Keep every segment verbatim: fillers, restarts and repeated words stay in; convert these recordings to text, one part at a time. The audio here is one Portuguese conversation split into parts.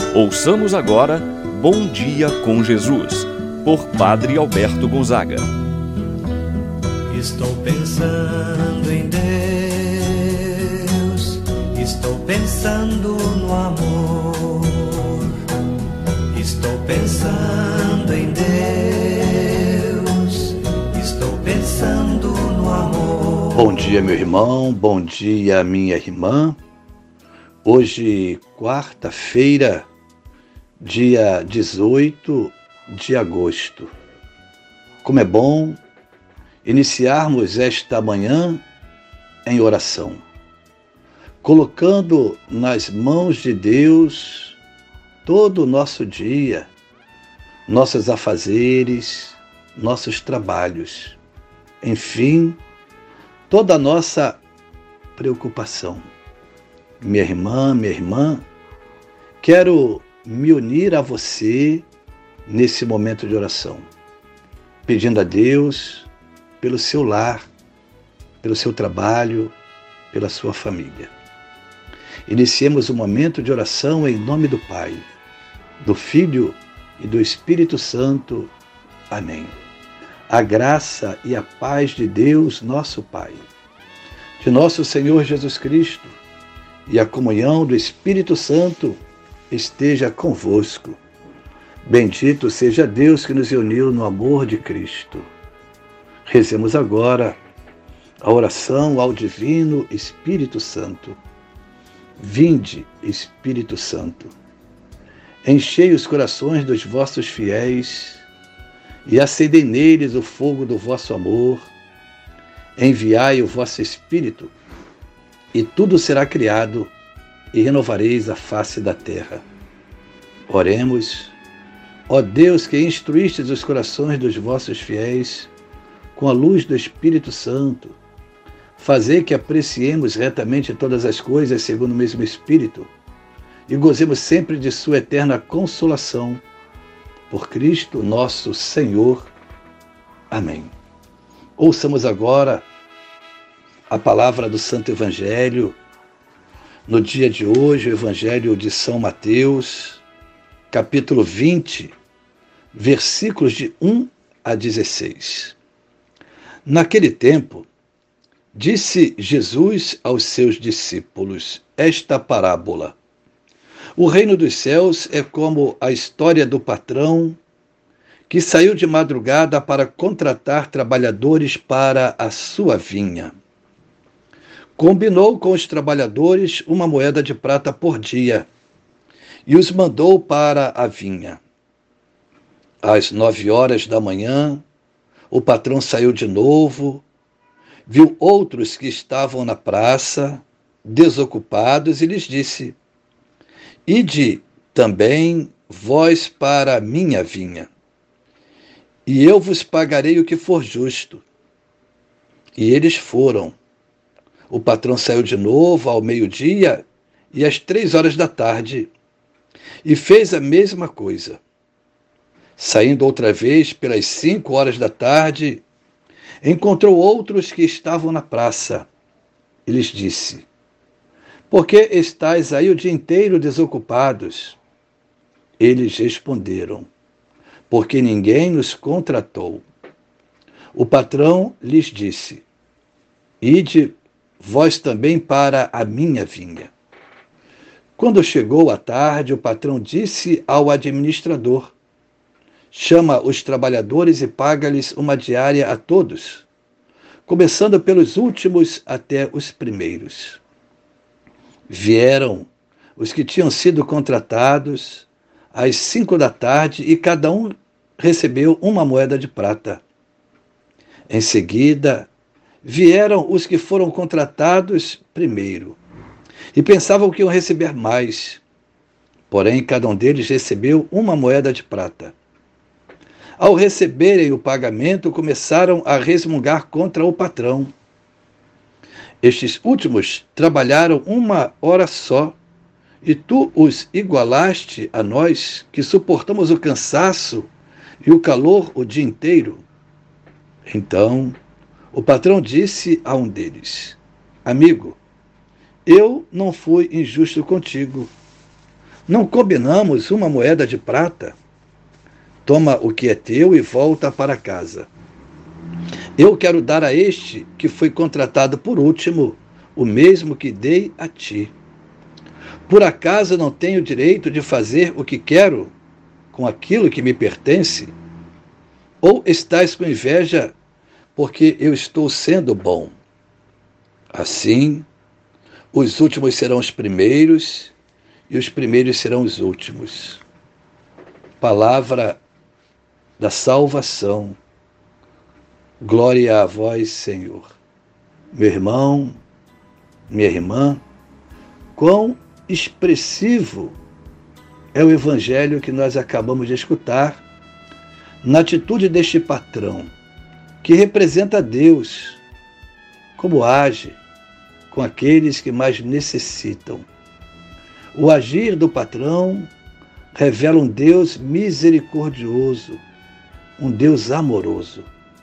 Ouçamos agora Bom Dia com Jesus, por Padre Alberto Gonzaga. Estou pensando em Deus, estou pensando no amor, estou pensando em Deus, estou pensando no amor. Bom dia, meu irmão, bom dia, minha irmã. Hoje, quarta-feira, dia dezoito de agosto. Como é bom iniciarmos esta manhã em oração, colocando nas mãos de Deus todo o nosso dia, nossos afazeres, nossos trabalhos, enfim, toda a nossa preocupação. Minha irmã, minha irmã, quero me unir a você nesse momento de oração, pedindo a Deus pelo seu lar, pelo seu trabalho, pela sua família. Iniciemos o momento de oração em nome do Pai, do Filho e do Espírito Santo. Amém. A graça e a paz de Deus, nosso Pai, de nosso Senhor Jesus Cristo e a comunhão do Espírito Santo esteja convosco. Bendito seja Deus que nos uniu no amor de Cristo. Rezemos agora a oração ao Divino Espírito Santo. Vinde, Espírito Santo, enchei os corações dos vossos fiéis e acendei neles o fogo do vosso amor. Enviai o vosso Espírito e tudo será criado e renovareis a face da terra. Oremos. Ó Deus, que instruístes os corações dos vossos fiéis com a luz do Espírito Santo, fazei que apreciemos retamente todas as coisas segundo o mesmo Espírito e gozemos sempre de sua eterna consolação. Por Cristo nosso Senhor. Amém. Ouçamos agora a palavra do Santo Evangelho. No dia de hoje, o Evangelho de São Mateus, capítulo vinte, versículos de um a dezesseis. Naquele tempo, disse Jesus aos seus discípulos esta parábola: O reino dos céus é como a história do patrão que saiu de madrugada para contratar trabalhadores para a sua vinha. Combinou com os trabalhadores uma moeda de prata por dia e os mandou para a vinha. Às nove horas da manhã, o patrão saiu de novo, viu outros que estavam na praça, desocupados, e lhes disse: Ide também vós para a minha vinha, e eu vos pagarei o que for justo. E eles foram. O patrão saiu de novo ao meio-dia e às três horas da tarde, e fez a mesma coisa. Saindo outra vez pelas cinco horas da tarde, encontrou outros que estavam na praça, e lhes disse: Por que estáis aí o dia inteiro desocupados? Eles responderam: Porque ninguém nos contratou. O patrão lhes disse: Ide vós também para a minha vinha. Quando chegou a tarde, o patrão disse ao administrador: Chama os trabalhadores e paga-lhes uma diária a todos, começando pelos últimos até os primeiros. Vieram os que tinham sido contratados às cinco da tarde e cada um recebeu uma moeda de prata. Em seguida, vieram os que foram contratados primeiro e pensavam que iam receber mais. Porém, cada um deles recebeu uma moeda de prata. Ao receberem o pagamento, começaram a resmungar contra o patrão. Estes últimos trabalharam uma hora só, e tu os igualaste a nós, que suportamos o cansaço e o calor o dia inteiro. Então, o patrão disse a um deles: Amigo, eu não fui injusto contigo. Não combinamos uma moeda de prata? Toma o que é teu e volta para casa. Eu quero dar a este que foi contratado por último o mesmo que dei a ti. Por acaso não tenho direito de fazer o que quero com aquilo que me pertence? Ou estás com inveja porque eu estou sendo bom? Assim, os últimos serão os primeiros e os primeiros serão os últimos. Palavra da salvação. Glória a vós, Senhor. Meu irmão, minha irmã, quão expressivo é o evangelho que nós acabamos de escutar na atitude deste patrão, que representa Deus, como age com aqueles que mais necessitam. O agir do patrão revela um Deus misericordioso, um Deus amoroso.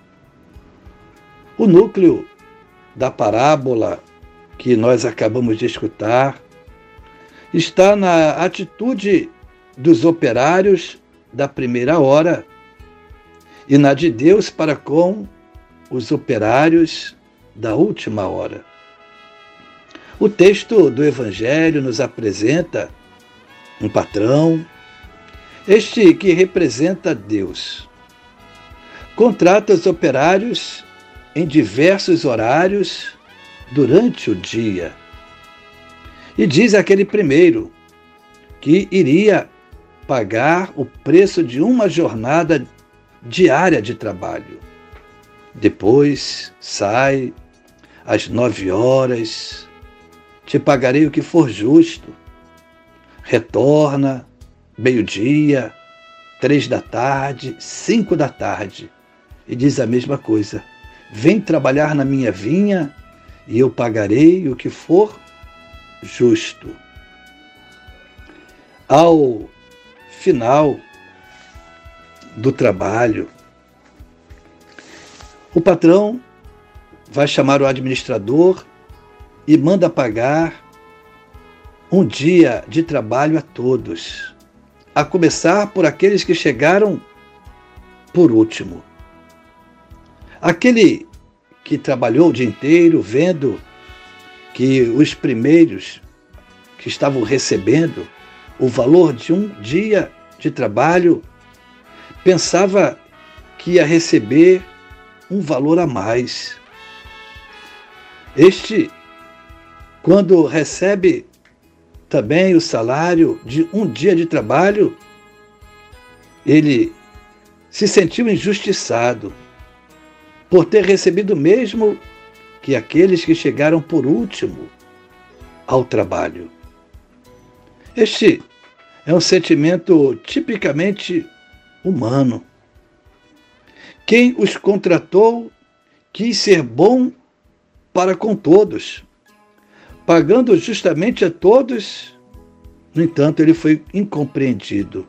O núcleo da parábola que nós acabamos de escutar está na atitude dos operários da primeira hora e na de Deus para com os operários da última hora. O texto do Evangelho nos apresenta um patrão, este que representa Deus. Contrata os operários em diversos horários durante o dia. E diz aquele primeiro que iria pagar o preço de uma jornada diária de trabalho. Depois sai às nove horas, te pagarei o que for justo. Retorna, meio-dia, três da tarde, cinco da tarde, e diz a mesma coisa. Vem trabalhar na minha vinha e eu pagarei o que for justo. Ao final do trabalho, o patrão vai chamar o administrador e manda pagar um dia de trabalho a todos, a começar por aqueles que chegaram por último. Aquele que trabalhou o dia inteiro vendo que os primeiros que estavam recebendo o valor de um dia de trabalho, pensava que ia receber um valor a mais. Este, quando recebe também o salário de um dia de trabalho, ele se sentiu injustiçado por ter recebido o mesmo que aqueles que chegaram por último ao trabalho. Este é um sentimento tipicamente humano. Quem os contratou quis ser bom para com todos, pagando justamente a todos. No entanto, ele foi incompreendido.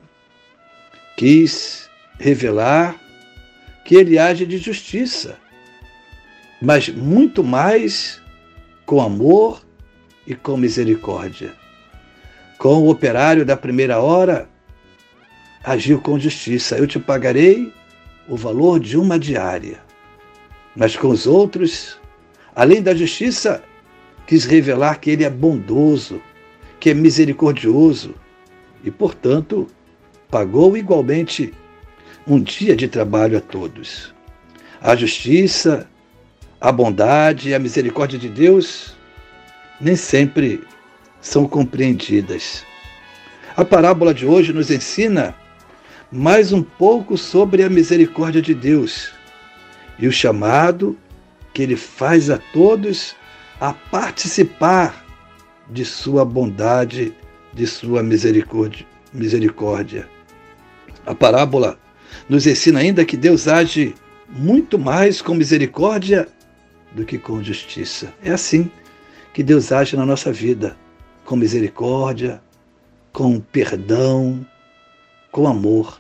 Quis revelar que ele age de justiça, mas muito mais com amor e com misericórdia. Com o operário da primeira hora, agiu com justiça. Eu te pagarei o valor de uma diária. Mas com os outros, além da justiça, quis revelar que ele é bondoso, que é misericordioso e, portanto, pagou igualmente um dia de trabalho a todos. A justiça, a bondade e a misericórdia de Deus nem sempre são compreendidas. A parábola de hoje nos ensina mais um pouco sobre a misericórdia de Deus e o chamado que Ele faz a todos a participar de sua bondade, de sua misericórdia. misericórdia. A parábola nos ensina ainda que Deus age muito mais com misericórdia do que com justiça. É assim que Deus age na nossa vida, com misericórdia, com perdão, com amor.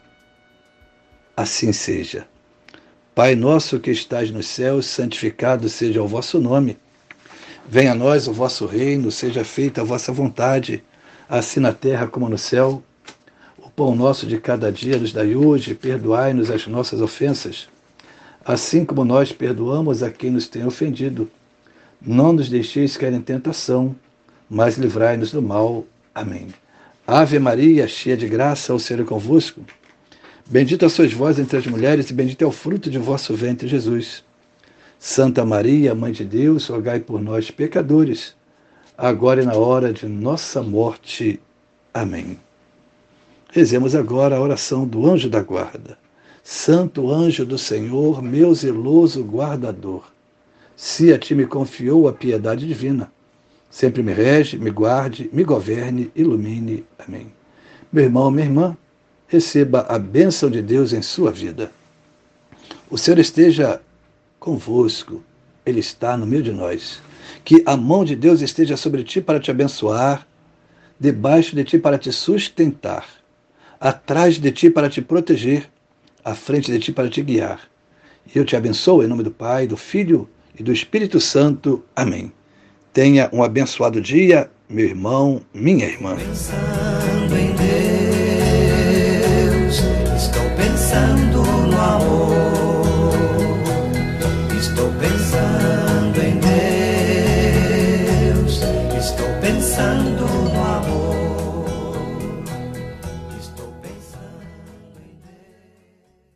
Assim seja. Pai nosso que estás nos céus, santificado seja o vosso nome. Venha a nós o vosso reino, seja feita a vossa vontade, assim na terra como no céu. O pão nosso de cada dia nos dai hoje, perdoai-nos as nossas ofensas, assim como nós perdoamos a quem nos tem ofendido. Não nos deixeis cair em tentação, mas livrai-nos do mal. Amém. Ave Maria, cheia de graça, o Senhor é convosco. Bendita sois vós entre as mulheres, e bendito é o fruto de vosso ventre, Jesus. Santa Maria, Mãe de Deus, rogai por nós, pecadores, agora e na hora de nossa morte. Amém. Rezemos agora a oração do anjo da guarda. Santo anjo do Senhor, meu zeloso guardador, se a ti me confiou a piedade divina, sempre me rege, me guarde, me governe, ilumine. Amém. Meu irmão, minha irmã, receba a bênção de Deus em sua vida. O Senhor esteja convosco, Ele está no meio de nós. Que a mão de Deus esteja sobre ti para te abençoar, debaixo de ti para te sustentar, atrás de ti para te proteger, à frente de ti para te guiar. E eu te abençoo em nome do Pai, do Filho e do Espírito Santo. Amém. Tenha um abençoado dia, meu irmão, minha irmã. Pensando em Deus, estou pensando no amor. Estou pensando em Deus, estou pensando